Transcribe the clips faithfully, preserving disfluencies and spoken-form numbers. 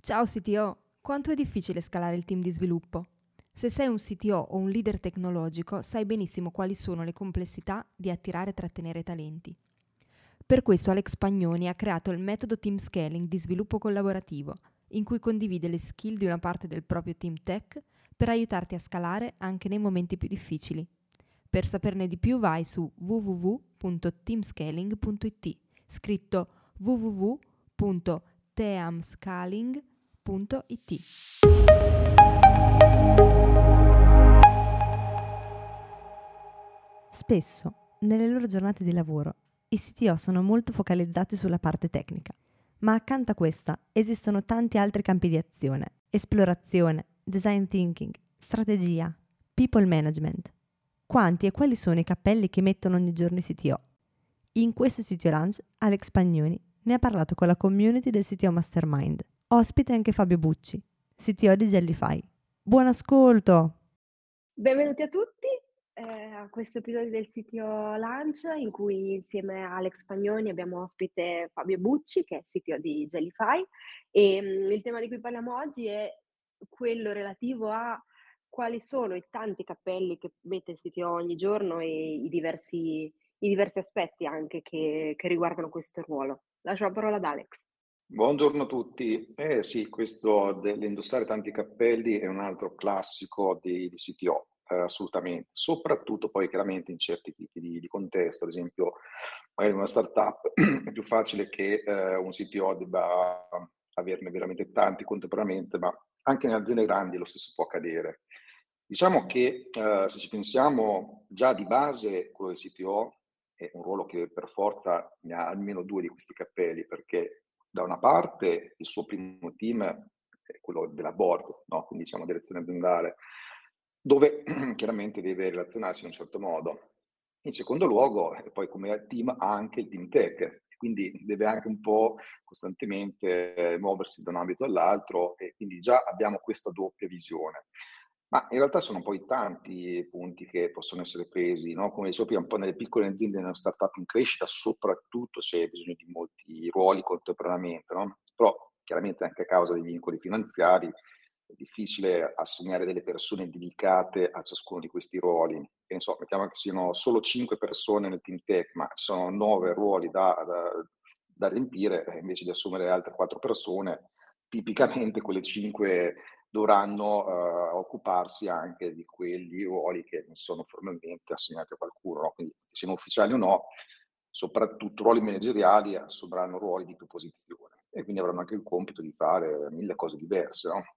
Ciao C T O, quanto è difficile scalare il team di sviluppo? Se sei un C T O o un leader tecnologico, sai benissimo quali sono le complessità di attirare e trattenere talenti. Per questo Alex Pagnoni ha creato il metodo Team Scaling di sviluppo collaborativo, in cui condivide le skill di una parte del proprio team tech per aiutarti a scalare anche nei momenti più difficili. Per saperne di più vai su w w w punto teamscaling punto i t, scritto w w w punto teamscaling punto i t. Spesso, nelle loro giornate di lavoro, i C T O sono molto focalizzati sulla parte tecnica, ma accanto a questa esistono tanti altri campi di azione: esplorazione, design thinking, strategia, people management. Quanti e quali sono i cappelli che mettono ogni giorno i C T O? In questo C T O Lunch, Alex Pagnoni ne ha parlato con la community del C T O Mastermind. Ospite anche Fabio Bucci, C T O di Jellyfy. Buon ascolto! Benvenuti a tutti eh, a questo episodio del C T O Lunch, in cui insieme a Alex Pagnoni abbiamo ospite Fabio Bucci, che è C T O di Jellyfy, e um, il tema di cui parliamo oggi è quello relativo a quali sono i tanti cappelli che mette il C T O ogni giorno e i diversi, i diversi aspetti anche che, che riguardano questo ruolo. Lascio la parola ad Alex. Buongiorno a tutti. Eh sì, questo dell'indossare tanti cappelli è un altro classico di, di C T O, eh, assolutamente. Soprattutto poi chiaramente in certi tipi di, di contesto, ad esempio magari in una startup è più facile che eh, un C T O debba averne veramente tanti contemporaneamente, ma anche in aziende grandi lo stesso può accadere. Diciamo che eh, se ci pensiamo già di base, quello del C T O è un ruolo che per forza ne ha almeno due di questi cappelli, perché da una parte il suo primo team è quello della board, no? Quindi diciamo direzione aziendale, dove chiaramente deve relazionarsi in un certo modo. In secondo luogo, e poi come team ha anche il team tech, quindi deve anche un po' costantemente eh, muoversi da un ambito all'altro, e quindi già abbiamo questa doppia visione. Ma in realtà sono poi tanti punti che possono essere presi, no? Come dicevo prima, un po' nelle piccole aziende, nelle start-up in crescita, soprattutto c'è bisogno di molti ruoli contemporaneamente, no? Però chiaramente anche a causa dei vincoli finanziari è difficile assegnare delle persone dedicate a ciascuno di questi ruoli. Penso, mettiamo che siano solo cinque persone nel team tech, ma ci sono nove ruoli da, da, da riempire, eh, invece di assumere altre quattro persone, tipicamente quelle cinque dovranno uh, occuparsi anche di quelli ruoli che non sono formalmente assegnati a qualcuno, no? Quindi siano ufficiali o no, soprattutto ruoli manageriali assumeranno ruoli di più posizione e quindi avranno anche il compito di fare mille cose diverse, no?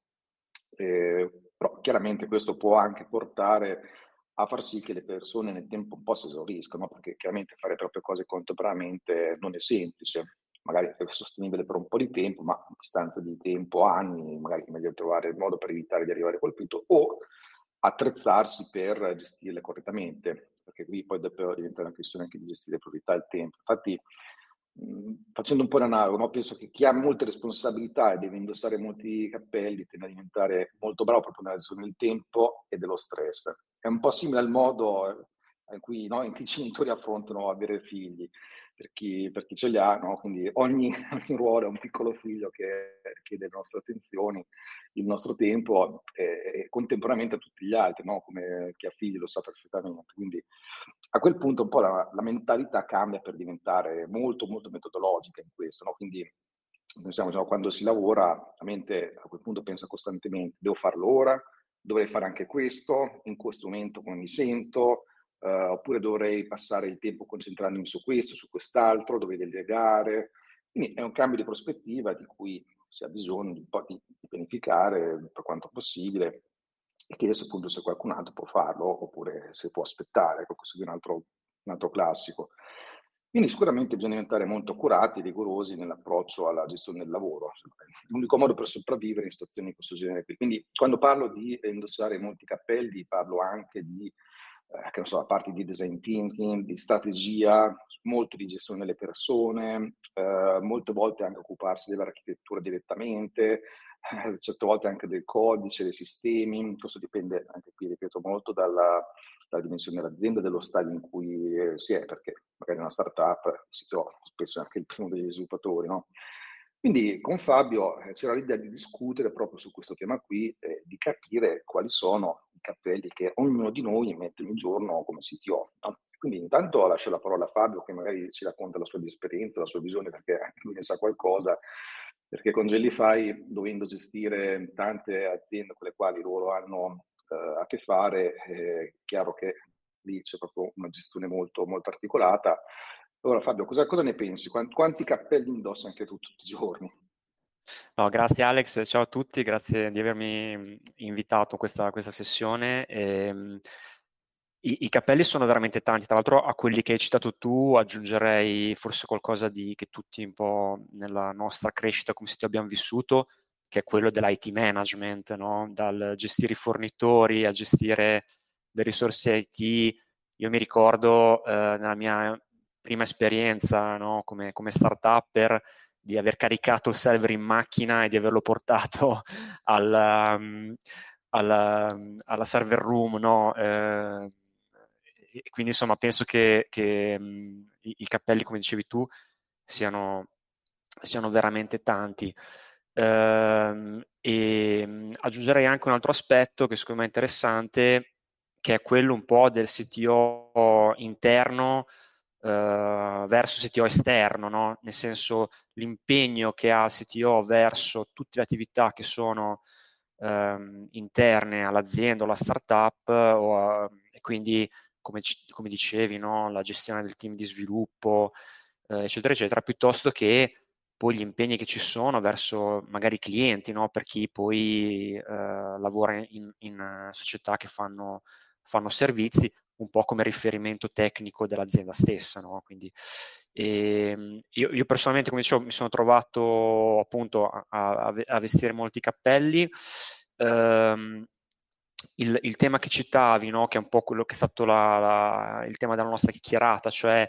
Eh, però chiaramente questo può anche portare a far sì che le persone nel tempo un po' si esauriscano, perché chiaramente fare troppe cose contemporaneamente non è semplice. Magari è sostenibile per un po' di tempo, ma a distanza di tempo, anni, magari è meglio trovare il modo per evitare di arrivare a quel punto o attrezzarsi per gestirle correttamente, perché qui poi dopo diventa una questione anche di gestire le priorità e il tempo. Infatti, mh, facendo un po' l'analogo, no? Penso che chi ha molte responsabilità e deve indossare molti cappelli tende a diventare molto bravo proprio nella gestione del tempo e dello stress. È un po' simile al modo in cui, no, in cui i genitori affrontano avere figli, per chi, per chi ce li ha, no? Quindi ogni, ogni ruolo è un piccolo figlio che chiede le nostre attenzioni, il nostro tempo e, e contemporaneamente a tutti gli altri, no? Come chi ha figli lo sa perfettamente. Quindi a quel punto un po' la, la mentalità cambia per diventare molto molto metodologica in questo, no? Quindi pensiamo, diciamo, quando si lavora, la mente a quel punto pensa costantemente: devo farlo ora, dovrei fare anche questo, in questo momento come mi sento, Uh, oppure dovrei passare il tempo concentrandomi su questo, su quest'altro, dovrei delegare. Quindi è un cambio di prospettiva di cui si ha bisogno di un po' di, di pianificare per quanto possibile e chiedersi appunto se qualcun altro può farlo oppure se può aspettare. Ecco, questo è un altro, un altro classico. Quindi sicuramente bisogna diventare molto accurati e rigorosi nell'approccio alla gestione del lavoro. È l'unico modo per sopravvivere in situazioni di questo genere. Quindi quando parlo di indossare molti cappelli, parlo anche di eh, che non so, a parte di design thinking, di strategia, molto di gestione delle persone, eh, molte volte anche occuparsi dell'architettura direttamente, eh, certe volte anche del codice, dei sistemi. Questo dipende anche qui, ripeto, molto dalla, dalla dimensione dell'azienda, dello stadio in cui eh, si è, perché magari una startup, il sito spesso è anche il primo degli sviluppatori, no? Quindi con Fabio eh, c'era l'idea di discutere proprio su questo tema qui, eh, di capire quali sono i cappelli che ognuno di noi mette in giorno come C T O, no? Quindi intanto lascio la parola a Fabio che magari ci racconta la sua esperienza, la sua visione, perché anche lui ne sa qualcosa, perché con Jellify, dovendo gestire tante aziende con le quali loro hanno eh, a che fare, è chiaro che lì c'è proprio una gestione molto, molto articolata. Allora Fabio, cosa, cosa ne pensi? Quanti, quanti cappelli indossi anche tu tutti i giorni? No, grazie Alex, ciao a tutti, grazie di avermi mh, invitato a questa, questa sessione. Ehm, i, I cappelli sono veramente tanti, tra l'altro a quelli che hai citato tu aggiungerei forse qualcosa di, che tutti un po' nella nostra crescita come sito abbiamo vissuto, che è quello dell'I T management, no? Dal gestire i fornitori a gestire le risorse I T. Io mi ricordo eh, nella mia prima esperienza, no? come, come start-upper, di aver caricato il server in macchina e di averlo portato alla, alla, alla server room, no? Eh, e quindi insomma penso che, che mh, i, i cappelli, come dicevi tu, siano, siano veramente tanti. Ehm, e mh, aggiungerei anche un altro aspetto che secondo me è interessante, che è quello un po' del C T O interno Uh, verso C T O esterno, no? Nel senso l'impegno che ha il C T O verso tutte le attività che sono um, interne all'azienda o alla startup, o a, e quindi come, come dicevi, no? La gestione del team di sviluppo, uh, eccetera, eccetera, piuttosto che poi gli impegni che ci sono verso magari i clienti, no? Per chi poi uh, lavora in, in società che fanno, fanno servizi, un po' come riferimento tecnico dell'azienda stessa, no? Quindi e, io, io personalmente, come dicevo, mi sono trovato appunto a, a, a vestire molti cappelli. Um, il, il, tema che citavi, no? Che è un po' quello che è stato la, la, il tema della nostra chiacchierata, cioè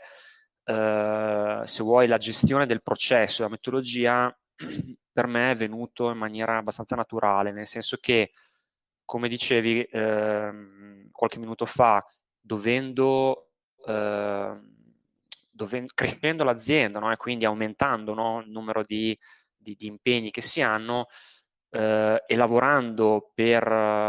uh, se vuoi la gestione del processo, la metodologia, per me è venuto in maniera abbastanza naturale, nel senso che, come dicevi ehm, qualche minuto fa, dovendo, eh, doven- crescendo l'azienda, no? E quindi aumentando, no? Il numero di, di, di impegni che si hanno eh, e lavorando per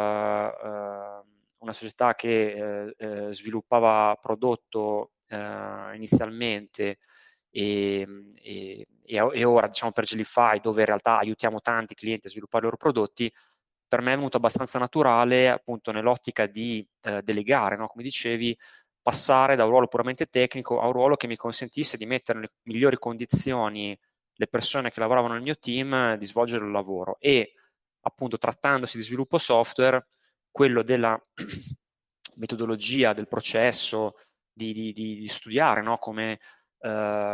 eh, una società che eh, eh, sviluppava prodotto eh, inizialmente e, e, e ora diciamo per Jellify, dove in realtà aiutiamo tanti clienti a sviluppare i loro prodotti, per me è venuto abbastanza naturale, appunto nell'ottica di eh, delegare, no? Come dicevi, passare da un ruolo puramente tecnico a un ruolo che mi consentisse di mettere nelle migliori condizioni le persone che lavoravano nel mio team di svolgere il lavoro. E appunto trattandosi di sviluppo software, quello della metodologia, del processo, di, di, di, di studiare, no? Come eh,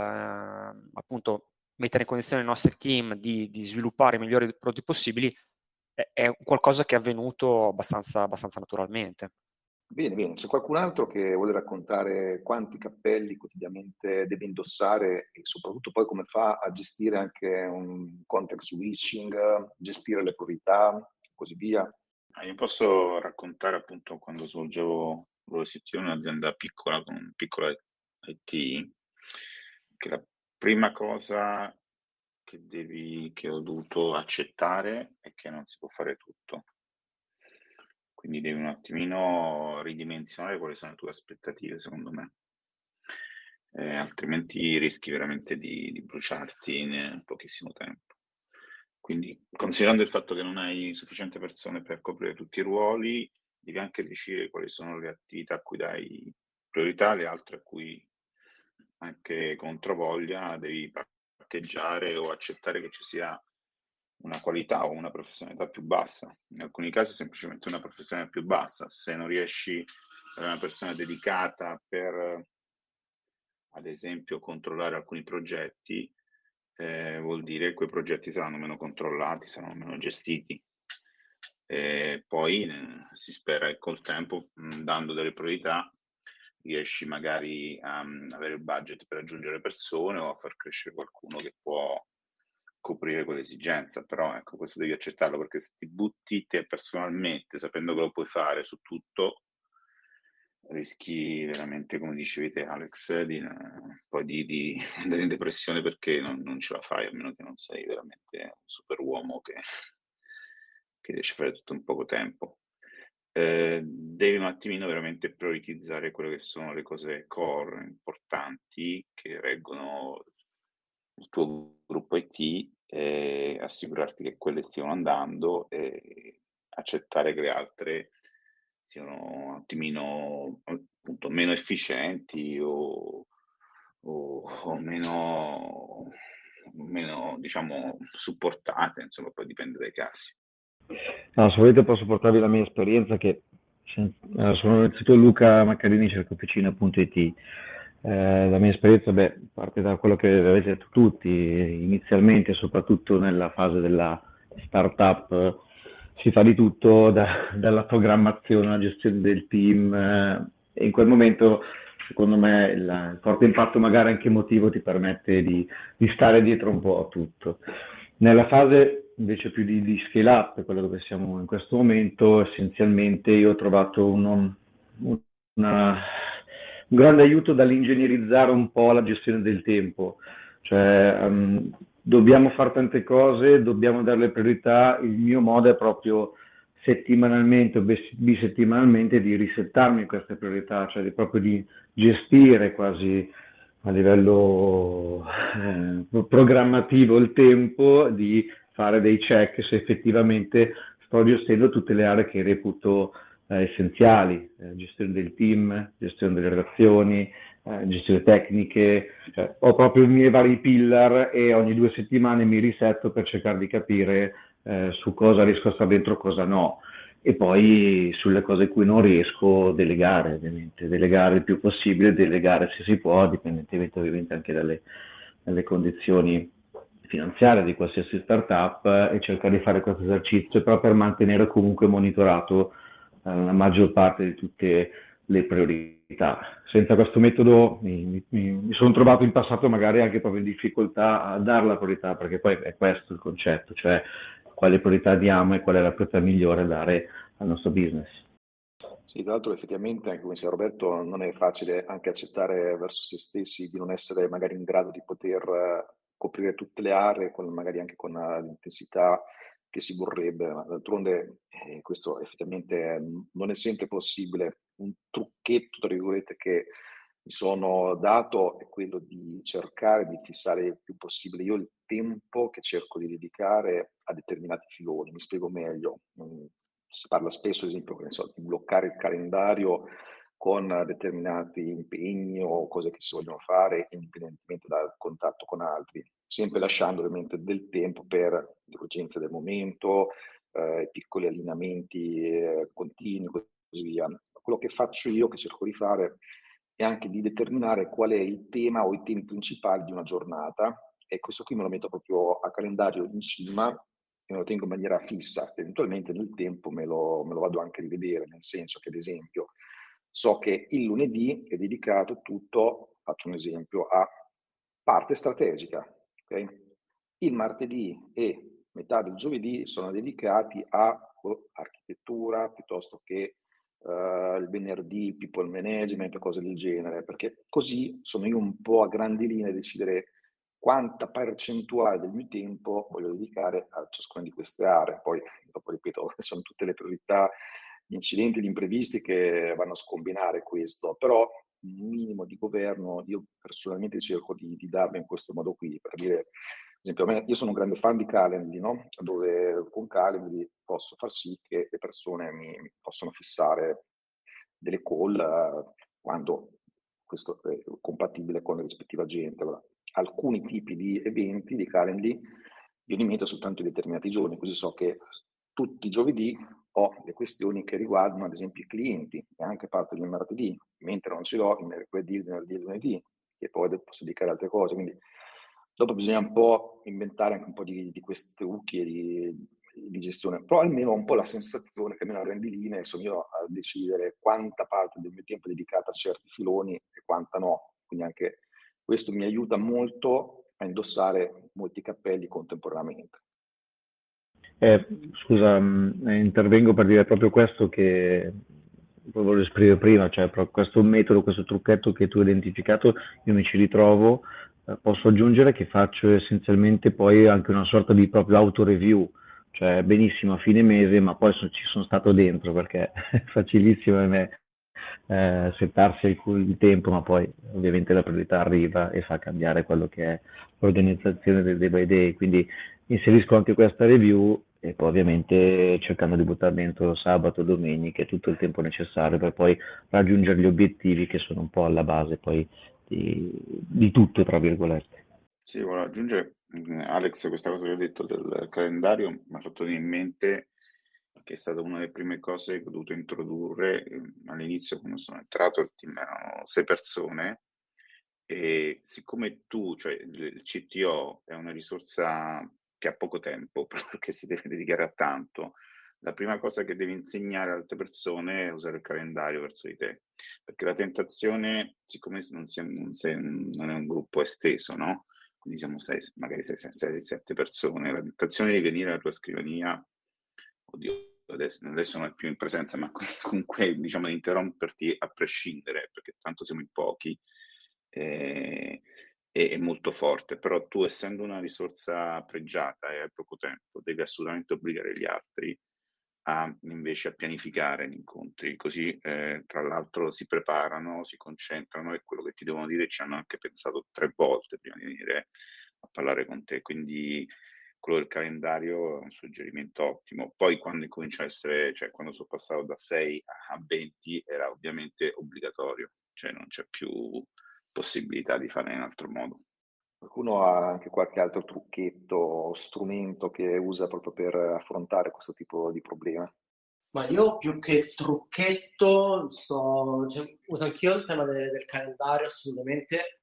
appunto mettere in condizione i nostri team di, di sviluppare i migliori prodotti possibili, è, è qualcosa che è avvenuto abbastanza, abbastanza naturalmente. Bene, bene. C'è qualcun altro che vuole raccontare quanti cappelli quotidianamente deve indossare e soprattutto poi come fa a gestire anche un context switching, gestire le priorità e così via? Ah, io posso raccontare appunto quando svolgevo l'O S T in un'azienda piccola con un piccolo I T, che la prima cosa che devi, che ho dovuto accettare è che non si può fare tutto. Quindi devi un attimino ridimensionare quali sono le tue aspettative, secondo me. Eh, altrimenti rischi veramente di, di bruciarti in pochissimo tempo. Quindi, considerando il fatto che non hai sufficienti persone per coprire tutti i ruoli, devi anche decidere quali sono le attività a cui dai priorità, le altre a cui anche controvoglia devi parcheggiare o accettare che ci sia una qualità o una professionalità più bassa. In alcuni casi semplicemente una professionalità più bassa. Se non riesci ad avere una persona dedicata per, ad esempio, controllare alcuni progetti, eh, vuol dire che quei progetti saranno meno controllati, saranno meno gestiti. E poi eh, si spera che col tempo, mh, dando delle priorità, riesci magari a um, avere il budget per aggiungere persone o a far crescere qualcuno che può coprire quell'esigenza. Però ecco, questo devi accettarlo, perché se ti butti te personalmente sapendo che lo puoi fare su tutto, rischi veramente, come dicevi te Alex, di, un po' di, di andare in depressione perché non, non ce la fai, a meno che non sei veramente un superuomo che, che riesce a fare tutto in poco tempo. Eh, devi un attimino veramente prioritizzare quelle che sono le cose core, importanti, che reggono il tuo gruppo I T, e assicurarti che quelle stiano andando e accettare che le altre siano un attimino appunto meno efficienti o, o, o meno, meno diciamo supportate, insomma poi dipende dai casi. No, se volete posso portarvi la mia esperienza che sen- eh, sono innanzitutto Luca Maccarini, cercofficina punto it. Eh, la mia esperienza, beh, parte da quello che avete detto tutti, inizialmente, soprattutto nella fase della startup, eh, si fa di tutto, da- dalla programmazione alla gestione del team, eh, e in quel momento, secondo me, il, il forte impatto magari anche emotivo ti permette di, di stare dietro un po' a tutto. Nella fase invece più di, di scale up, quella dove siamo in questo momento, essenzialmente io ho trovato uno, una, un grande aiuto dall'ingegnerizzare un po' la gestione del tempo, cioè um, dobbiamo fare tante cose, dobbiamo dare le priorità, il mio modo è proprio settimanalmente o bisettimanalmente di risettarmi queste priorità, cioè di proprio di gestire quasi a livello eh, programmativo il tempo di fare dei check se effettivamente sto gestendo tutte le aree che reputo eh, essenziali, eh, gestione del team, gestione delle relazioni, eh, gestione tecniche, cioè, ho proprio i miei vari pillar e ogni due settimane mi risetto per cercare di capire eh, su cosa riesco a stare dentro e cosa no. E poi sulle cose in cui non riesco delegare, ovviamente, delegare il più possibile, delegare se si può, dipendentemente ovviamente anche dalle, dalle condizioni finanziarie di qualsiasi startup, e cercare di fare questo esercizio però per mantenere comunque monitorato eh, la maggior parte di tutte le priorità. Senza questo metodo mi, mi, mi sono trovato in passato magari anche proprio in difficoltà a dare la priorità, perché poi è questo il concetto, cioè quale priorità diamo e qual è la priorità migliore da dare al nostro business. Sì, tra l'altro effettivamente, anche come diceva Roberto, non è facile anche accettare verso se stessi di non essere magari in grado di poter eh, coprire tutte le aree, con, magari anche con eh, l'intensità che si vorrebbe. Ma d'altronde eh, questo effettivamente eh, non è sempre possibile. Un trucchetto, tra virgolette, che mi sono dato è quello di cercare di fissare il più possibile io il tempo che cerco di dedicare a determinati filoni. Mi spiego meglio. Mm, Si parla spesso, ad esempio, che ne so, di bloccare il calendario con determinati impegni o cose che si vogliono fare, indipendentemente dal contatto con altri, sempre lasciando ovviamente del tempo per le urgenze del momento, eh, i piccoli allineamenti eh, continui, così via. Quello che faccio io, che cerco di fare, è anche di determinare qual è il tema o i temi principali di una giornata, e questo qui me lo metto proprio a calendario in cima e me lo tengo in maniera fissa. Eventualmente nel tempo me lo, me lo vado anche a rivedere, nel senso che ad esempio so che il lunedì è dedicato tutto, faccio un esempio, a parte strategica, ok? Il martedì e metà del giovedì sono dedicati a oh, architettura, piuttosto che uh, il venerdì people management, cose del genere, perché così sono io un po' a grandi linee a decidere quanta percentuale del mio tempo voglio dedicare a ciascuna di queste aree. Poi, dopo ripeto, sono tutte le priorità, gli incidenti, gli imprevisti che vanno a scombinare questo, però un minimo di governo io personalmente cerco di, di darlo in questo modo qui, per dire, ad esempio, a me, io sono un grande fan di Calendly, no? Dove con Calendly posso far sì che le persone mi, mi possono fissare delle call uh, quando questo è compatibile con la rispettiva gente. Allora, alcuni tipi di eventi di Calendly io li metto soltanto in determinati giorni, così so che tutti i giovedì ho le questioni che riguardano ad esempio i clienti, e anche parte del martedì, mentre non ce l'ho il mercoledì, il venerdì e il lunedì, e poi posso dedicare altre cose. Quindi dopo bisogna un po' inventare anche un po' di, di questi trucchi di, di gestione, però almeno ho un po' la sensazione che almeno a grandi linee sono io a decidere quanta parte del mio tempo è dedicata a certi filoni e quanta no. Quindi anche questo mi aiuta molto a indossare molti cappelli contemporaneamente. Eh, scusa, mh, intervengo per dire proprio questo, che volevo esprimere prima, cioè però questo metodo, questo trucchetto che tu hai identificato, io mi ci ritrovo, eh, posso aggiungere che faccio essenzialmente poi anche una sorta di proprio auto-review, cioè benissimo a fine mese, ma poi so- ci sono stato dentro perché è facilissimo per me eh, settarsi il, il tempo, ma poi ovviamente la priorità arriva e fa cambiare quello che è l'organizzazione del day by day, quindi inserisco anche questa review e poi ovviamente cercando di buttare dentro sabato, domenica e tutto il tempo necessario per poi raggiungere gli obiettivi che sono un po' alla base poi di, di tutto, tra virgolette. Sì, volevo aggiungere, mm, Alex, questa cosa che ho detto del calendario mi ha fatto venire in mente che è stata una delle prime cose che ho dovuto introdurre eh, all'inizio quando sono entrato, il team erano sei persone e siccome tu, cioè il il C T O è una risorsa che ha poco tempo perché si deve dedicare a tanto, la prima cosa che devi insegnare alle altre persone è usare il calendario verso di te, perché la tentazione, siccome non, siamo, non, sei- non è un gruppo esteso, no? Quindi siamo sei, magari sei, sei, sette persone, la tentazione di venire alla tua scrivania, oddio, adesso, adesso non è più in presenza, ma comunque diciamo di interromperti a prescindere, perché tanto siamo in pochi, eh, è, è molto forte, però tu essendo una risorsa pregiata e hai poco tempo, devi assolutamente obbligare gli altri a invece a pianificare gli incontri, così eh, tra l'altro si preparano, si concentrano e quello che ti devono dire ci hanno anche pensato tre volte prima di venire a parlare con te, quindi quello del calendario è un suggerimento ottimo. Poi quando incomincia a essere, cioè quando sono passato da sei a venti era ovviamente obbligatorio, cioè non c'è più possibilità di fare in altro modo. Qualcuno ha anche qualche altro trucchetto o strumento che usa proprio per affrontare questo tipo di problema? Ma io più che trucchetto sto, cioè, uso anch'io il tema de- del calendario assolutamente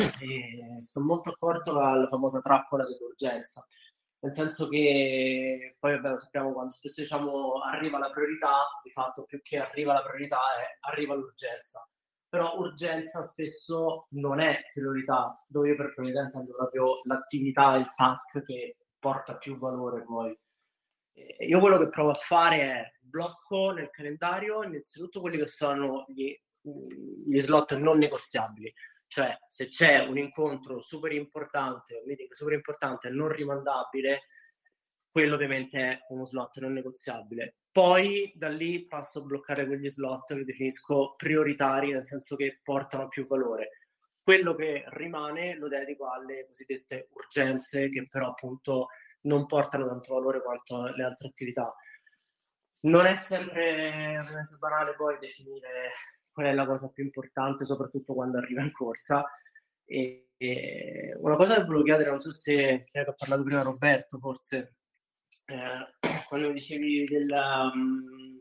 e sto molto accorto alla famosa trappola dell'urgenza, nel senso che poi vabbè, lo sappiamo quando spesso diciamo arriva la priorità, di fatto più che arriva la priorità è arriva l'urgenza, però urgenza spesso non è priorità, dove io per priorità intendo proprio l'attività, il task che porta più valore poi. Eh, Io quello che provo a fare è blocco nel calendario innanzitutto quelli che sono gli, gli slot non negoziabili, cioè se c'è un incontro super importante, un meeting super importante e non rimandabile, quello ovviamente è uno slot non negoziabile. Poi da lì passo a bloccare quegli slot che definisco prioritari, nel senso che portano più valore. Quello che rimane lo dedico alle cosiddette urgenze, che però appunto non portano tanto valore quanto le altre attività. Non è sempre ovviamente banale poi definire qual è la cosa più importante, soprattutto quando arriva in corsa. E, e una cosa che volevo chiedere, non so se chi è che ha parlato prima, Roberto, forse, eh, quando mi dicevi del um,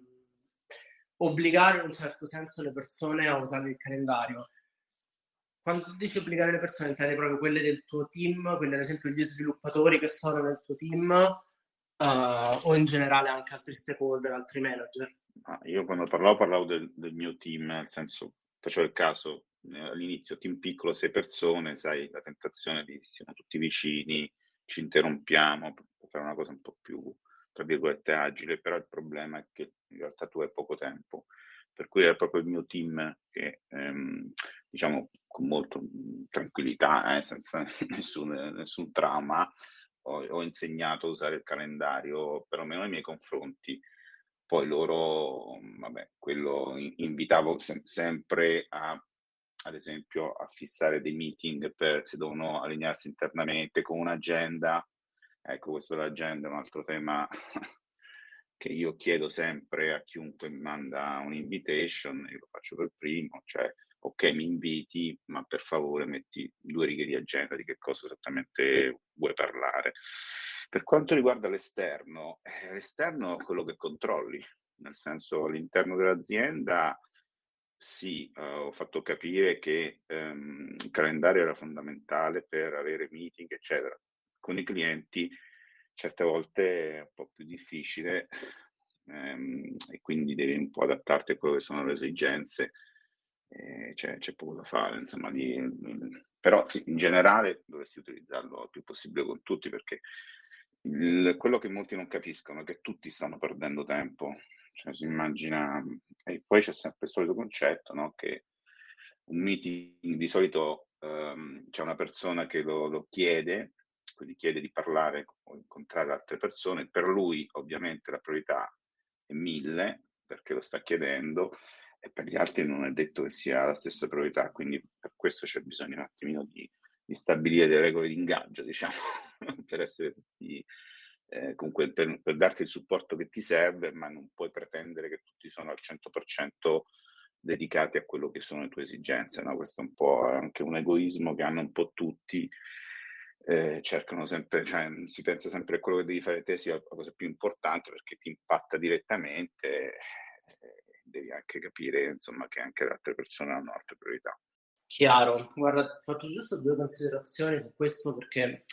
obbligare in un certo senso le persone a usare il calendario. Quando tu dici obbligare le persone, intendi proprio quelle del tuo team, quindi ad esempio gli sviluppatori che sono nel tuo team, uh, o in generale anche altri stakeholder, altri manager? Ah, io quando parlavo parlavo del, del mio team, nel senso facevo il caso eh, all'inizio team piccolo, sei persone, sai, la tentazione di siamo tutti vicini, ci interrompiamo per fare una cosa un po' più, tra virgolette, agile, però il problema è che in realtà tu hai poco tempo, per cui è proprio il mio team che, ehm, diciamo, con molta tranquillità, eh, senza nessun, nessun trauma, ho, ho insegnato a usare il calendario, perlomeno nei miei confronti. Poi loro, vabbè, quello invitavo sem- sempre a, ad esempio, a fissare dei meeting per se devono allinearsi internamente con un'agenda. Ecco, questo dell'agenda è un altro tema che io chiedo sempre a chiunque mi manda un invitation, io lo faccio per primo, cioè, ok, mi inviti, ma per favore metti due righe di agenda di che cosa esattamente vuoi parlare. Per quanto riguarda l'esterno, eh, l'esterno è quello che controlli, nel senso all'interno dell'azienda sì, eh, ho fatto capire che ehm, il calendario era fondamentale per avere meeting, eccetera. Con i clienti certe volte è un po' più difficile ehm, e quindi devi un po' adattarti a quello che sono le esigenze. Eh, c'è, c'è poco da fare, insomma, di, però sì, in generale dovresti utilizzarlo il più possibile con tutti perché il, quello che molti non capiscono è che tutti stanno perdendo tempo, Cioè si immagina, e poi c'è sempre il solito concetto, no? Che un meeting di solito ehm, c'è una persona che lo, lo chiede, quindi chiede di parlare o incontrare altre persone, per lui ovviamente la priorità è mille perché lo sta chiedendo, e per gli altri non è detto che sia la stessa priorità, quindi per questo c'è bisogno un attimino di, di stabilire delle regole di ingaggio, diciamo, per essere tutti, eh, comunque per, per darti il supporto che ti serve, ma non puoi pretendere che tutti sono al cento per cento dedicati a quello che sono le tue esigenze, no? Questo è un po' anche un egoismo che hanno un po' tutti, eh, cercano sempre, cioè si pensa sempre a quello che devi fare te sia la cosa più importante perché ti impatta direttamente, eh, devi anche capire insomma che anche le altre persone hanno altre priorità. Chiaro, guarda, faccio giusto due considerazioni su questo perché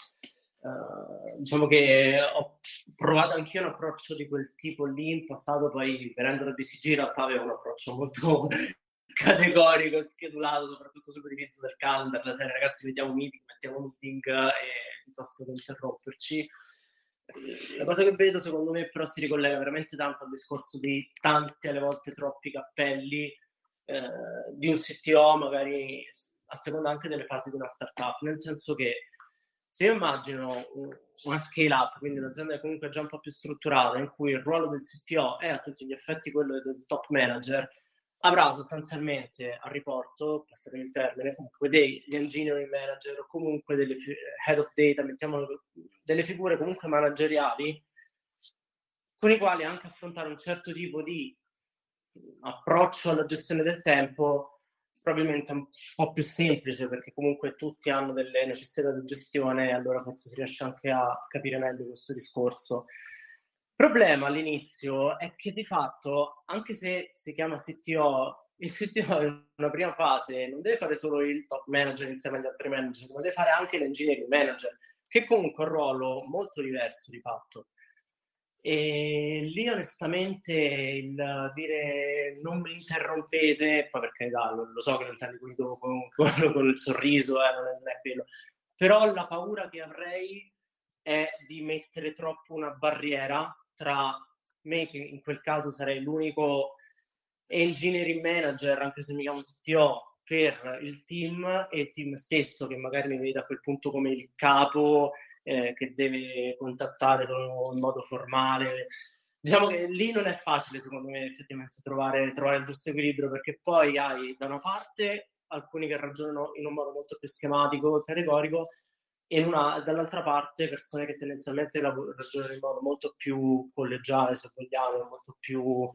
uh, diciamo che ho provato anch'io un approccio di quel tipo lì in passato, poi venendo da B C G in realtà avevo un approccio molto categorico, schedulato, soprattutto sull'utilizzo del calendar, la serie ragazzi mettiamo un meeting, mettiamo un meeting e piuttosto che interromperci. La cosa che vedo secondo me però si ricollega veramente tanto al discorso di tanti alle volte troppi cappelli eh, di un C T O magari a seconda anche delle fasi di una startup, nel senso che se io immagino una scale up, quindi un'azienda che comunque è già un po' più strutturata, in cui il ruolo del C T O è a tutti gli effetti quello del top manager, avrà sostanzialmente a riporto, passatemi il termine, comunque degli engineering manager o comunque delle fi- head of data, mettiamolo, delle figure comunque manageriali con i quali anche affrontare un certo tipo di approccio alla gestione del tempo probabilmente è un po' più semplice perché comunque tutti hanno delle necessità di gestione e allora forse si riesce anche a capire meglio questo discorso. Il problema all'inizio è che di fatto, anche se si chiama C T O, il C T O in una prima fase non deve fare solo il top manager insieme agli altri manager, ma deve fare anche l'engineering manager, che comunque è un ruolo molto diverso di fatto. E lì onestamente il dire non mi interrompete, poi per carità lo, lo so che lo intendi con, con, con, con il sorriso, eh, non, è, non è quello, però la paura che avrei è di mettere troppo una barriera tra me, che in quel caso sarei l'unico engineering manager, anche se mi chiamo C T O, per il team, e il team stesso che magari mi vede a quel punto come il capo eh, che deve contattare in modo formale. Diciamo che lì non è facile secondo me effettivamente trovare, trovare il giusto equilibrio, perché poi hai da una parte alcuni che ragionano in un modo molto più schematico e categorico e una, dall'altra parte persone che tendenzialmente ragionano in modo molto più collegiale, se vogliamo, molto più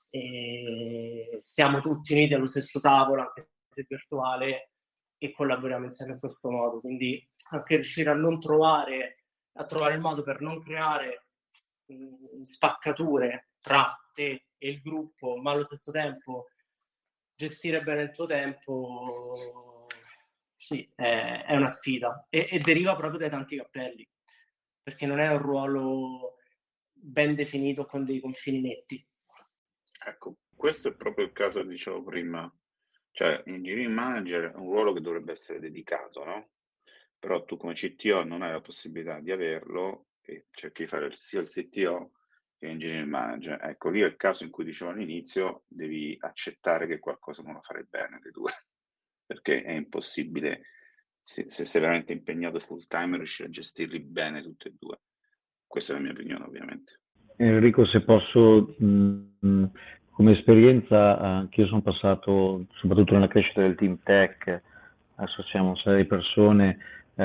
eh, siamo tutti uniti allo stesso tavolo, anche se virtuale, e collaboriamo insieme in questo modo. Quindi anche riuscire a non trovare, a trovare il modo per non creare mh, spaccature tra te e il gruppo, ma allo stesso tempo gestire bene il tuo tempo, sì, è, è una sfida e, e deriva proprio dai tanti cappelli, perché non è un ruolo ben definito con dei confini netti. Ecco, questo è proprio il caso che dicevo prima, cioè engineering manager è un ruolo che dovrebbe essere dedicato, no? Però tu come C T O non hai la possibilità di averlo e cerchi di fare sia il C T O che l'engineering manager. Ecco, lì è il caso in cui dicevo all'inizio, devi accettare che qualcosa non lo farai bene dei due, perché è impossibile, se, se sei veramente impegnato full time, riuscire a gestirli bene tutti e due. Questa è la mia opinione, ovviamente. Enrico, se posso, mh, come esperienza, anch'io sono passato soprattutto nella crescita del team tech, adesso siamo sei persone,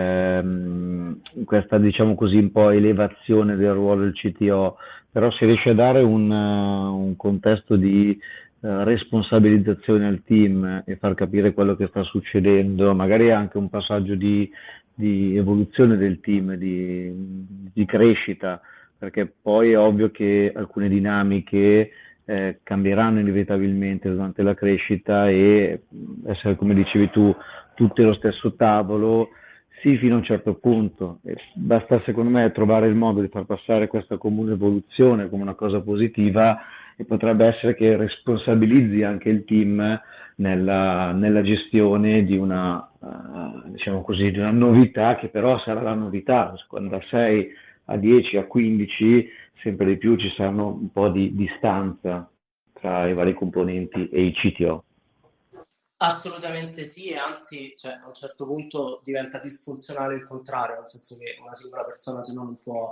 ehm, in questa diciamo così un po' elevazione del ruolo del C T O, però si riesce a dare un, uh, un contesto di uh, responsabilizzazione al team e far capire quello che sta succedendo, magari anche un passaggio di, di evoluzione del team, di, di crescita, perché poi è ovvio che alcune dinamiche eh, cambieranno inevitabilmente durante la crescita e essere, come dicevi tu, tutti allo stesso tavolo, sì, fino a un certo punto. E basta, secondo me, trovare il modo di far passare questa comune evoluzione come una cosa positiva e potrebbe essere che responsabilizzi anche il team nella, nella gestione di una, uh, diciamo così, di una novità che però sarà la novità. Quando da sei a dieci, a quindici sempre di più ci saranno un po' di distanza tra i vari componenti e i C T O. Assolutamente sì, e anzi, cioè, a un certo punto diventa disfunzionale il contrario, nel senso che una singola persona se no non può,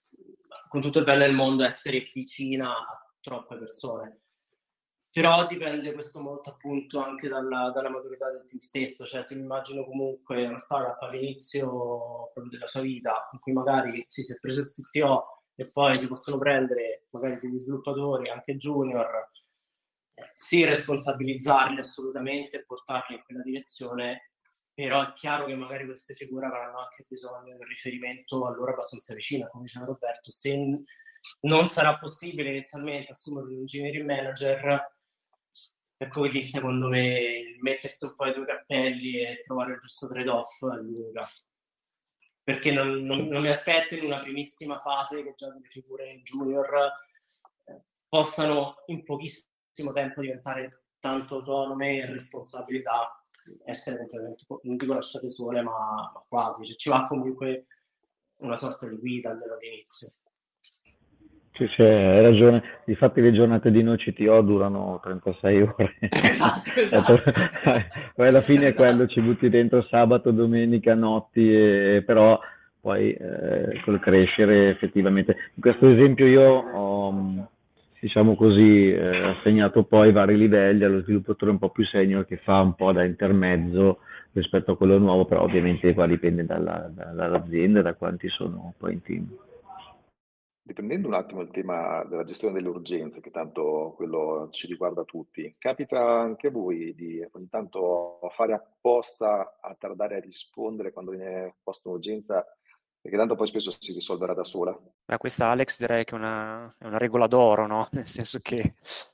con tutto il bene del mondo, essere vicina a troppe persone. Però dipende questo molto appunto anche dalla, dalla maturità del team stesso, cioè se mi immagino comunque una startup all'inizio proprio della sua vita, in cui magari sì, si è preso il C T O e poi si possono prendere magari degli sviluppatori anche junior, sì, responsabilizzarli assolutamente e portarli in quella direzione, però è chiaro che magari queste figure avranno anche bisogno di un riferimento a loro abbastanza vicino, come diceva Roberto. Se non sarà possibile inizialmente assumere un engineering manager, ecco lì secondo me mettersi un po' ai due cappelli e trovare il giusto trade-off è l'unica. Perché non, non, non mi aspetto in una primissima fase che già delle figure junior eh, possano in pochissimo tempo diventare tanto autonome e responsabili da essere completamente, non dico lasciate sole, ma, ma quasi. Cioè, ci va comunque una sorta di guida almeno all'inizio. Sì, sì, hai ragione. Difatti le giornate di noi C T O durano trentasei ore. Esatto, esatto. Poi alla fine è Esatto. quello, ci butti dentro sabato, domenica, notti, e, però poi eh, col crescere effettivamente. In questo esempio io ho, diciamo così, eh, assegnato poi vari livelli allo sviluppatore un po' più senior che fa un po' da intermezzo rispetto a quello nuovo, però ovviamente qua dipende dalla, dall'azienda, da quanti sono poi in team. Riprendendo un attimo il tema della gestione delle urgenze, che tanto quello ci riguarda tutti, capita anche a voi di ogni tanto fare apposta a tardare a rispondere quando viene posta un'urgenza, perché tanto poi spesso si risolverà da sola? Beh, questa Alex direi che è una, è una regola d'oro, no? Nel senso che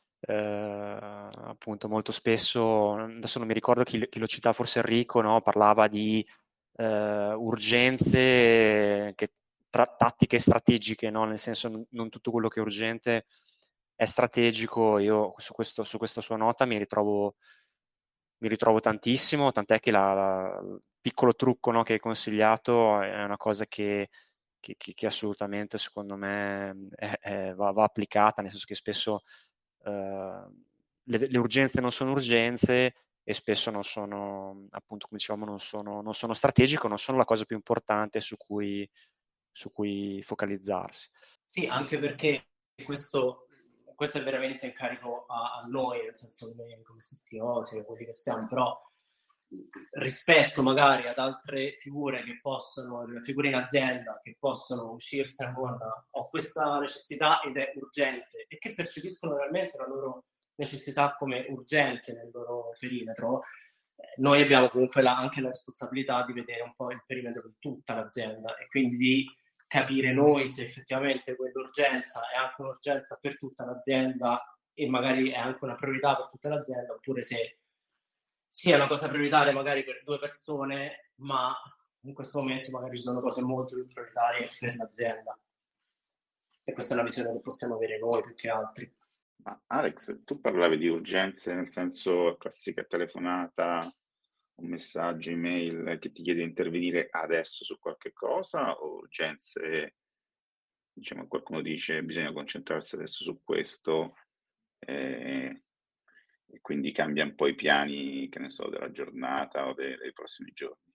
eh, appunto molto spesso, adesso non mi ricordo chi, chi lo citava, forse Enrico, no? Parlava di eh, urgenze, che, tra, tattiche strategiche, no? Nel senso non, non tutto quello che è urgente è strategico. Io su, questo, su questa sua nota mi ritrovo, mi ritrovo tantissimo, tant'è che la, la, il piccolo trucco, no, che hai consigliato è una cosa che Che, che, che assolutamente secondo me è, è, va, va applicata, nel senso che spesso eh, le, le urgenze non sono urgenze e spesso non sono, appunto come dicevamo, non sono, non sono strategiche, non sono la cosa più importante su cui, su cui focalizzarsi. Sì, anche perché questo, questo è veramente in carico a, a noi, nel senso come, come C T O, siamo quelli che siamo, però rispetto magari ad altre figure che possono, figure in azienda che possono uscirsene con ho questa necessità ed è urgente e che percepiscono realmente la loro necessità come urgente nel loro perimetro, eh, noi abbiamo comunque la, anche la responsabilità di vedere un po' il perimetro di tutta l'azienda e quindi di capire noi se effettivamente quell'urgenza è anche un'urgenza per tutta l'azienda e magari è anche una priorità per tutta l'azienda oppure se sia una cosa prioritaria magari per due persone, ma in questo momento magari ci sono cose molto più prioritarie per l'azienda. E questa è una visione che possiamo avere noi più che altri. Ma Alex, tu parlavi di urgenze nel senso classica telefonata, un messaggio, email che ti chiede di intervenire adesso su qualche cosa o urgenze, diciamo, qualcuno dice bisogna concentrarsi adesso su questo eh, e quindi cambia un po' i piani, che ne so, della giornata o dei, dei prossimi giorni.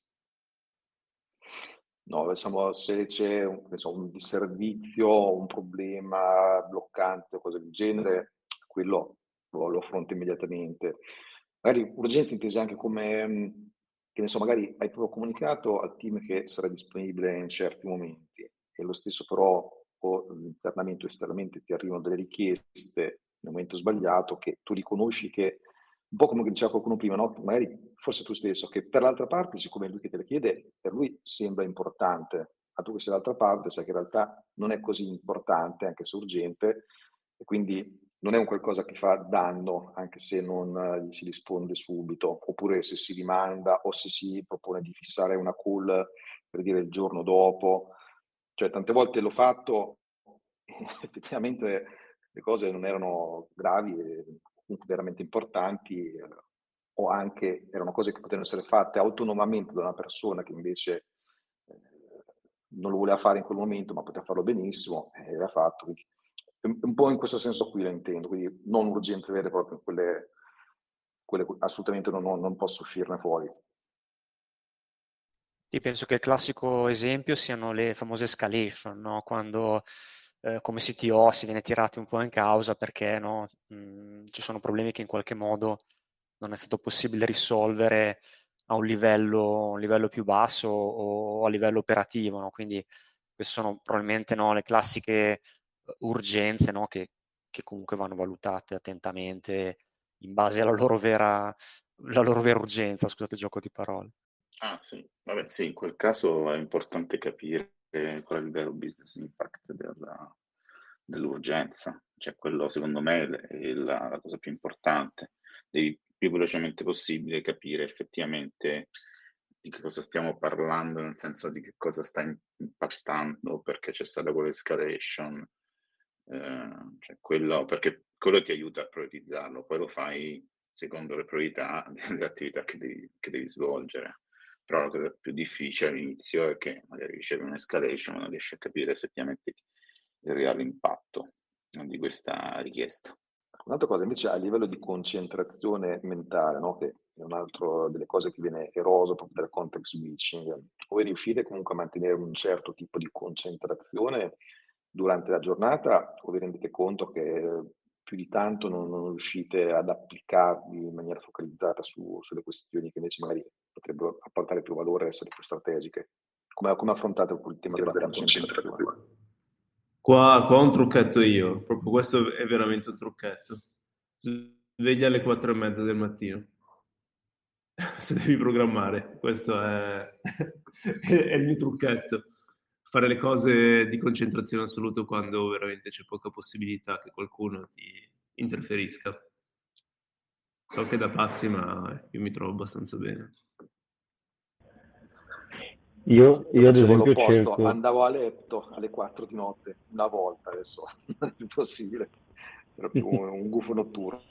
No, diciamo, se c'è un, so, un disservizio, un problema bloccante o cose del genere, quello lo, lo affronto immediatamente. Magari urgente intesa anche come, mh, che ne so, magari hai proprio comunicato al team che sarà disponibile in certi momenti e lo stesso però o internamente o esternamente ti arrivano delle richieste nel momento sbagliato che tu riconosci che un po' come diceva qualcuno prima, no? Magari forse tu stesso, che per l'altra parte, siccome è lui che te le chiede, per lui sembra importante, ma tu che sei dall'altra parte sai che in realtà non è così importante, anche se urgente, e quindi non è un qualcosa che fa danno, anche se non uh, gli si risponde subito, oppure se si rimanda o se si propone di fissare una call per dire il giorno dopo. Cioè, tante volte l'ho fatto e effettivamente le cose non erano gravi e comunque veramente importanti, eh, o anche erano cose che potevano essere fatte autonomamente da una persona che invece eh, non lo voleva fare in quel momento, ma poteva farlo benissimo, e l'ha fatto. Quindi, un po' in questo senso qui la intendo, quindi non urgenze vere e proprie, quelle, quelle assolutamente non, non posso uscirne fuori. Io penso che il classico esempio siano le famose escalation, no? Quando eh, come C T O si viene tirati un po' in causa perché no, mh, ci sono problemi che in qualche modo non è stato possibile risolvere a un livello, un livello più basso o a livello operativo, no? Quindi queste sono probabilmente no, le classiche urgenze, no? che, che comunque vanno valutate attentamente in base alla loro vera, la loro vera urgenza, scusate il gioco di parole. Ah sì, vabbè sì, in quel caso è importante capire qual è il vero business impact della, dell'urgenza, cioè quello secondo me è la, la cosa più importante. Devi più velocemente possibile capire effettivamente di che cosa stiamo parlando, nel senso di che cosa sta impattando, perché c'è stata quell'escalation, eh, cioè quello, perché quello ti aiuta a prioritizzarlo, poi lo fai secondo le priorità delle attività che devi, che devi svolgere. Però la cosa più difficile all'inizio è che magari ricevi un'escalation ma non riesci a capire effettivamente il reale impatto di questa richiesta. Un'altra cosa invece a livello di concentrazione mentale, no? Che è un'altra delle cose che viene eroso proprio dal context switching, voi riuscite comunque a mantenere un certo tipo di concentrazione durante la giornata o vi rendete conto che più di tanto non, non riuscite ad applicarvi in maniera focalizzata su, sulle questioni che invece magari potrebbero apportare più valore e essere più strategiche? Come, come affrontate il tema della concentrazione? Qua, qua ho un trucchetto io, proprio questo è veramente un trucchetto. Sveglia alle quattro e mezza del mattino. Se devi programmare, questo è, è il mio trucchetto. Fare le cose di concentrazione assoluta quando veramente c'è poca possibilità che qualcuno ti interferisca. So che è da pazzi, ma io mi trovo abbastanza bene. Io, io ad Facevo esempio l'opposto, cerco... andavo a letto alle quattro di notte, una volta, adesso non è più possibile, era più un, un gufo notturno.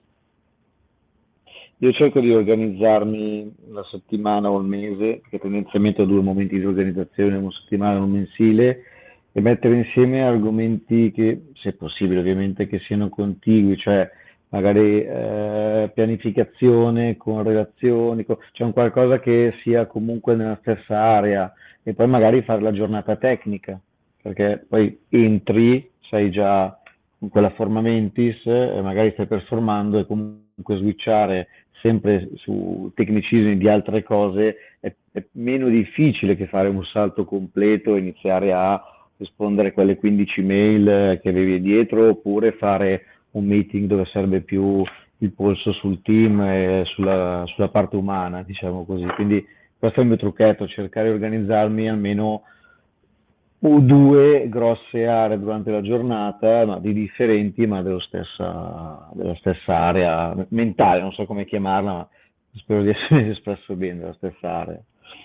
Io cerco di organizzarmi la settimana o il mese, che tendenzialmente ho due momenti di organizzazione, una settimana e un mensile, e mettere insieme argomenti che, se possibile ovviamente, che siano contigui, cioè magari eh, pianificazione con relazioni, con- cioè un qualcosa che sia comunque nella stessa area, e poi magari fare la giornata tecnica, perché poi entri, sai già con quella forma mentis, e magari stai performando e comunque switchare sempre su tecnicismi di altre cose è, è meno difficile che fare un salto completo e iniziare a rispondere a quelle quindici mail che avevi dietro, oppure fare un meeting dove serve più il polso sul team e sulla, sulla parte umana, diciamo così. Quindi questo è il mio trucchetto, cercare di organizzarmi almeno o due grosse aree durante la giornata, ma di differenti, ma dello stessa, della stessa area mentale, non so come chiamarla, ma spero di essere espresso bene, della stessa area.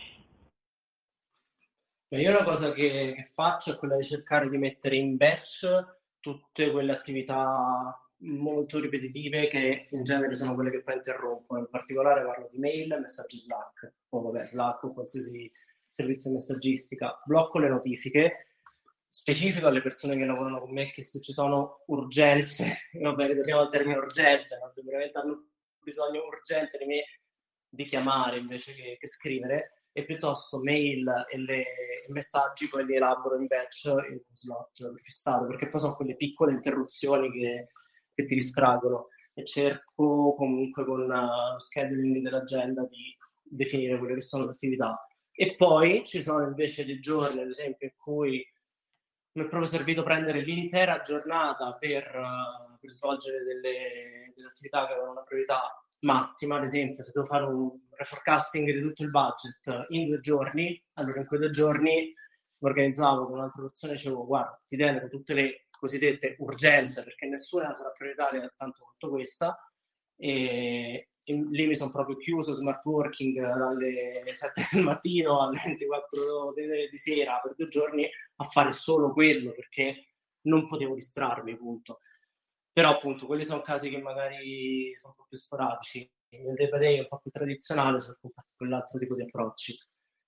Beh, io una cosa che, che faccio è quella di cercare di mettere in batch tutte quelle attività molto ripetitive che in genere sono quelle che poi interrompono. In particolare parlo di mail e messaggi Slack, o vabbè Slack o qualsiasi servizio di messaggistica. Blocco le notifiche, specifico alle persone che lavorano con me che se ci sono urgenze, vabbè, ritorniamo al termine urgenze, ma se veramente hanno bisogno urgente di me di chiamare invece che, che scrivere, e piuttosto mail e, le, i messaggi poi li elaboro in batch in uno slot fissato, perché poi sono quelle piccole interruzioni che, che ti distraggono, e cerco comunque con uh, lo scheduling dell'agenda di definire quelle che sono le attività. E poi ci sono invece dei giorni, ad esempio, in cui mi è proprio servito prendere l'intera giornata per, uh, per svolgere delle, delle attività che avevano una priorità massima. Ad esempio, se devo fare un reforecasting di tutto il budget in due giorni, allora in quei due giorni mi organizzavo con un'altra persona e dicevo: guarda, ti delego tutte le cosiddette urgenze, perché nessuna sarà prioritaria tanto quanto questa, e, e lì mi sono proprio chiuso smart working dalle sette del mattino alle ventiquattro di, di sera per due giorni a fare solo quello, perché non potevo distrarmi, punto. Però appunto quelli sono casi che magari sono un po' più sporadici. Nel day by day un po' più tradizionale c'è un po' quell'altro tipo di approcci.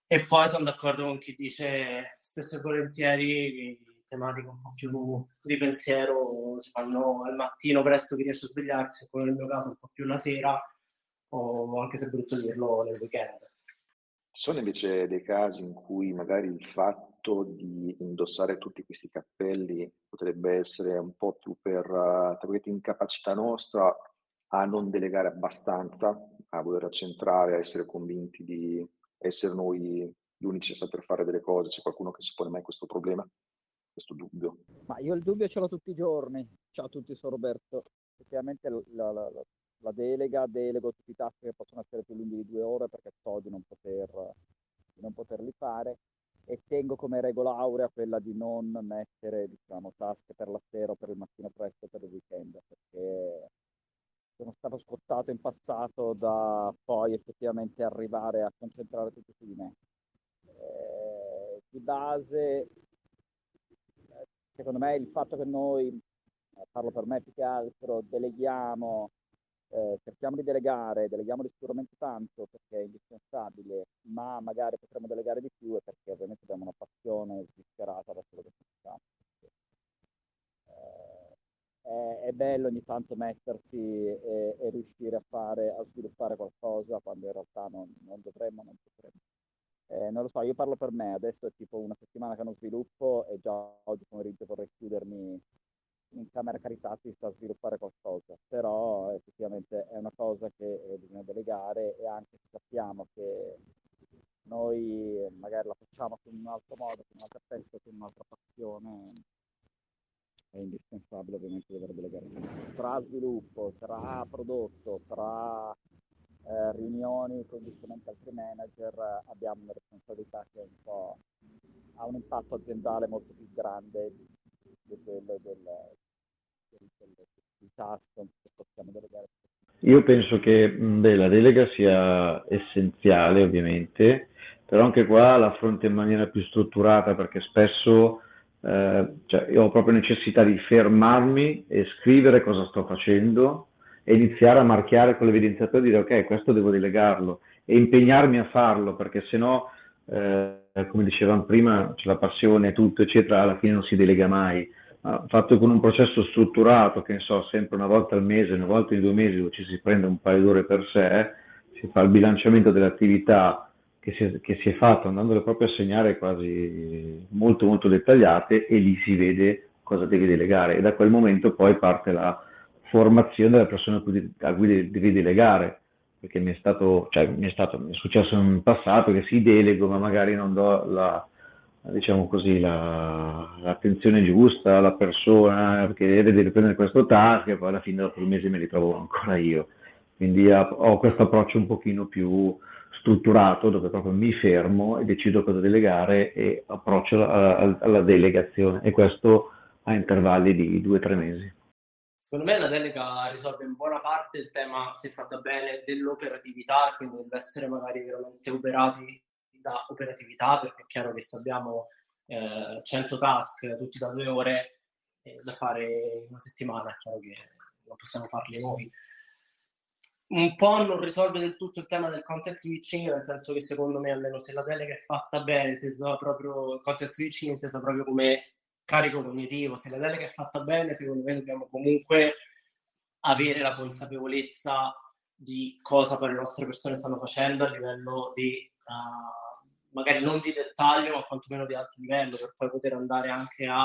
E poi sono d'accordo con chi dice spesso e volentieri tematiche un po' più di pensiero si fanno al mattino presto chi riesce a svegliarsi, come nel mio caso un po' più la sera, o anche se è brutto dirlo nel weekend. Ci sono invece dei casi in cui magari il fatto di indossare tutti questi cappelli potrebbe essere un po' più per, eh, tra virgolette, incapacità nostra a non delegare abbastanza, a voler accentrare, a essere convinti di essere noi gli unici a saper fare delle cose. C'è qualcuno che si pone mai questo problema, questo dubbio? Ma io il dubbio ce l'ho tutti i giorni. Ciao a tutti, sono Roberto. Effettivamente la, la- la- la delega, delego tutti i task che possono essere più lunghi di due ore perché so di non poter, di non poterli fare e tengo come regola aurea quella di non mettere, diciamo, task per la sera o per il mattino presto per il weekend, perché sono stato scottato in passato da poi effettivamente arrivare a concentrare tutto su di me. Eh, di base, eh, secondo me il fatto che noi, eh, parlo per me più che altro, deleghiamo, eh, cerchiamo di delegare, deleghiamo sicuramente tanto perché è indispensabile, ma magari potremmo delegare di più e perché ovviamente abbiamo una passione disperata verso quello che facciamo. Eh, è, è bello ogni tanto mettersi e, e riuscire a fare, a sviluppare qualcosa quando in realtà non, non dovremmo, non potremmo. Eh, non lo so, io parlo per me, adesso è tipo una settimana che non sviluppo e già oggi pomeriggio vorrei chiudermi in camera Caritatis a sviluppare qualcosa, però effettivamente è una cosa che eh, bisogna delegare e anche se sappiamo che noi magari la facciamo con un altro modo, con un altro testo, con un'altra passione, è indispensabile ovviamente dover delegare tutto. Tra sviluppo, tra prodotto, tra eh, riunioni con gli strumental manager eh, abbiamo una responsabilità che un po' ha un impatto aziendale molto più grande di quello del, del, del, del task che possiamo delegare. Io penso che mh, beh, la delega sia essenziale, ovviamente, però anche qua la affronto in maniera più strutturata perché spesso eh, cioè, io ho proprio necessità di fermarmi e scrivere cosa sto facendo e iniziare a marchiare con l'evidenziatore e dire ok, questo devo delegarlo e impegnarmi a farlo perché sennò, eh, come dicevamo prima, c'è la passione, tutto, eccetera, alla fine non si delega mai. Ma fatto con un processo strutturato, che ne so, sempre una volta al mese, una volta in due mesi, dove ci si prende un paio d'ore per sé, si fa il bilanciamento delle attività che si è, che si è fatto, andandole proprio a segnare quasi molto molto dettagliate e lì si vede cosa devi delegare e da quel momento poi parte la formazione della persona a cui, a cui devi delegare, perché mi è stato, cioè mi è stato, mi è successo in passato che si delego ma magari non do la diciamo così, la, l'attenzione giusta alla persona perché deve, deve prendere questo task e poi alla fine dopo il mese me li trovo ancora io. Quindi ho, ho questo approccio un pochino più strutturato dove proprio mi fermo e decido cosa delegare e approccio alla, alla delegazione e questo a intervalli di due o tre mesi. Secondo me la delega risolve in buona parte il tema, se fatta bene, dell'operatività, quindi deve essere magari veramente operati da operatività, perché è chiaro che se abbiamo eh, cento task tutti da due ore eh, da fare in una settimana, è chiaro che non possiamo farli noi. Un po' non risolve del tutto il tema del content switching, nel senso che secondo me, almeno se la delega è fatta bene, intesa proprio content switching intesa proprio come carico cognitivo, se la delega è fatta bene, secondo me dobbiamo comunque avere la consapevolezza di cosa poi le nostre persone stanno facendo a livello di uh, magari non di dettaglio, ma quantomeno di alto livello, per poi poter andare anche a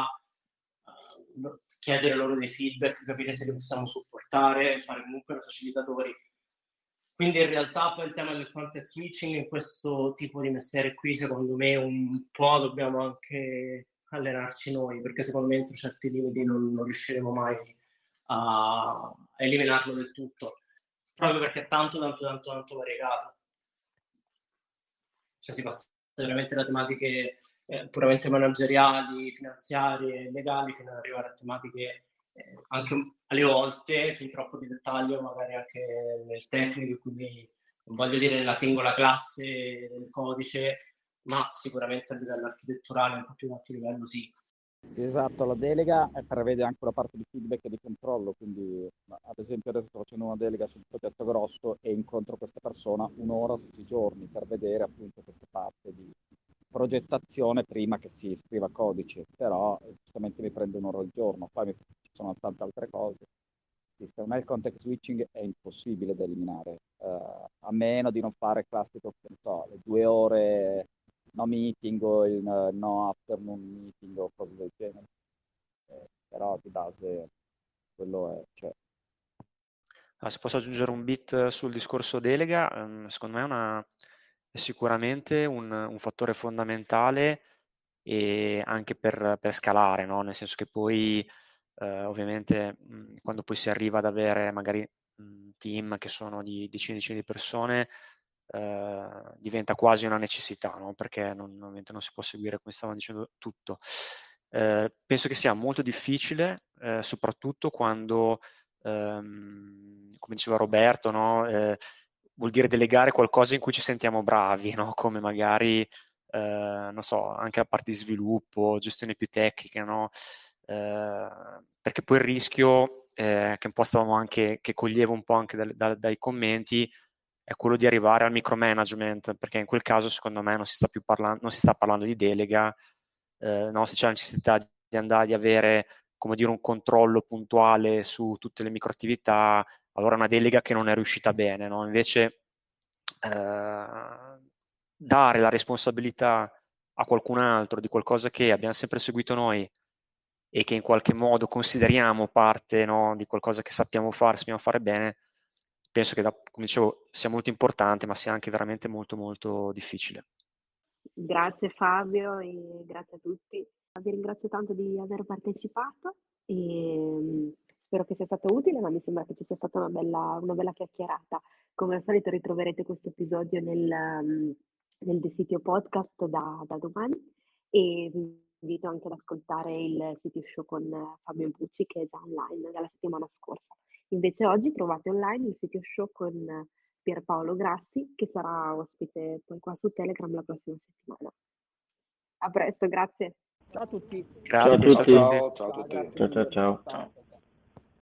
uh, chiedere loro dei feedback, capire se li possiamo supportare, fare comunque da facilitatori. Quindi in realtà poi il tema del content switching in questo tipo di mestiere qui, secondo me un po' dobbiamo anche allenarci noi, perché secondo me entro certi limiti non, non riusciremo mai a, a eliminarlo del tutto, proprio perché è tanto, tanto, tanto, tanto variegato. Cioè si passa veramente da tematiche eh, puramente manageriali, finanziarie, legali, fino ad arrivare a tematiche eh, anche alle volte fin troppo di dettaglio, magari anche nel tecnico, quindi non voglio dire nella singola classe del codice, ma sicuramente a livello architetturale, un po' più alto livello, sì. Sì, esatto, la delega prevede anche una parte di feedback e di controllo, quindi ad esempio adesso sto facendo una delega sul progetto grosso e incontro questa persona un'ora tutti i giorni per vedere appunto questa parte di progettazione prima che si scriva codice, però giustamente mi prende un'ora al giorno, poi mi, ci sono tante altre cose. Per me il context switching è impossibile da eliminare, uh, a meno di non fare classico, non so, le due ore no meeting o il uh, no afternoon meeting o cose del genere. Eh, però di base quello è... Cioè... Ah, se posso aggiungere un bit sul discorso delega, um, secondo me è, una, è sicuramente un, un fattore fondamentale e anche per, per scalare, no? Nel senso che poi eh, ovviamente mh, quando poi si arriva ad avere magari mh, team che sono di decine e decine di persone, eh, diventa quasi una necessità, no? Perché non, ovviamente non si può seguire, come stavano dicendo, tutto. Eh, penso che sia molto difficile, eh, soprattutto quando, ehm, come diceva Roberto, no? Eh, vuol dire delegare qualcosa in cui ci sentiamo bravi, no? Come magari eh, non so, anche la parte di sviluppo, gestione più tecnica, no? Eh, perché poi il rischio, eh, che un po' stavamo anche, che coglievo un po' anche dal, da, dai commenti, è quello di arrivare al micromanagement, perché in quel caso secondo me non si sta più parlando, non si sta parlando di delega, eh, no? Se c'è la necessità di andare, di avere, come dire, un controllo puntuale su tutte le microattività, allora una delega che non è riuscita bene, no? Invece eh, dare la responsabilità a qualcun altro di qualcosa che abbiamo sempre seguito noi e che in qualche modo consideriamo parte, no, di qualcosa che sappiamo fare, sappiamo fare bene, penso che, da, come dicevo, sia molto importante, ma sia anche veramente molto molto difficile. Grazie Fabio e grazie a tutti. Vi ringrazio tanto di aver partecipato e spero che sia stato utile, ma mi sembra che ci sia stata una bella, una bella chiacchierata. Come al solito ritroverete questo episodio nel, um, nel The Sitio Podcast da, da domani e vi invito anche ad ascoltare il Sitio Show con Fabio Pucci che è già online dalla settimana scorsa. Invece oggi trovate online il Sitio Show con Pierpaolo Grassi che sarà ospite poi qua su Telegram la prossima settimana. A presto, grazie. Ciao a tutti. Grazie, Ciao a tutti. Ciao, ciao a tutti. Ciao ciao ciao. Ciao.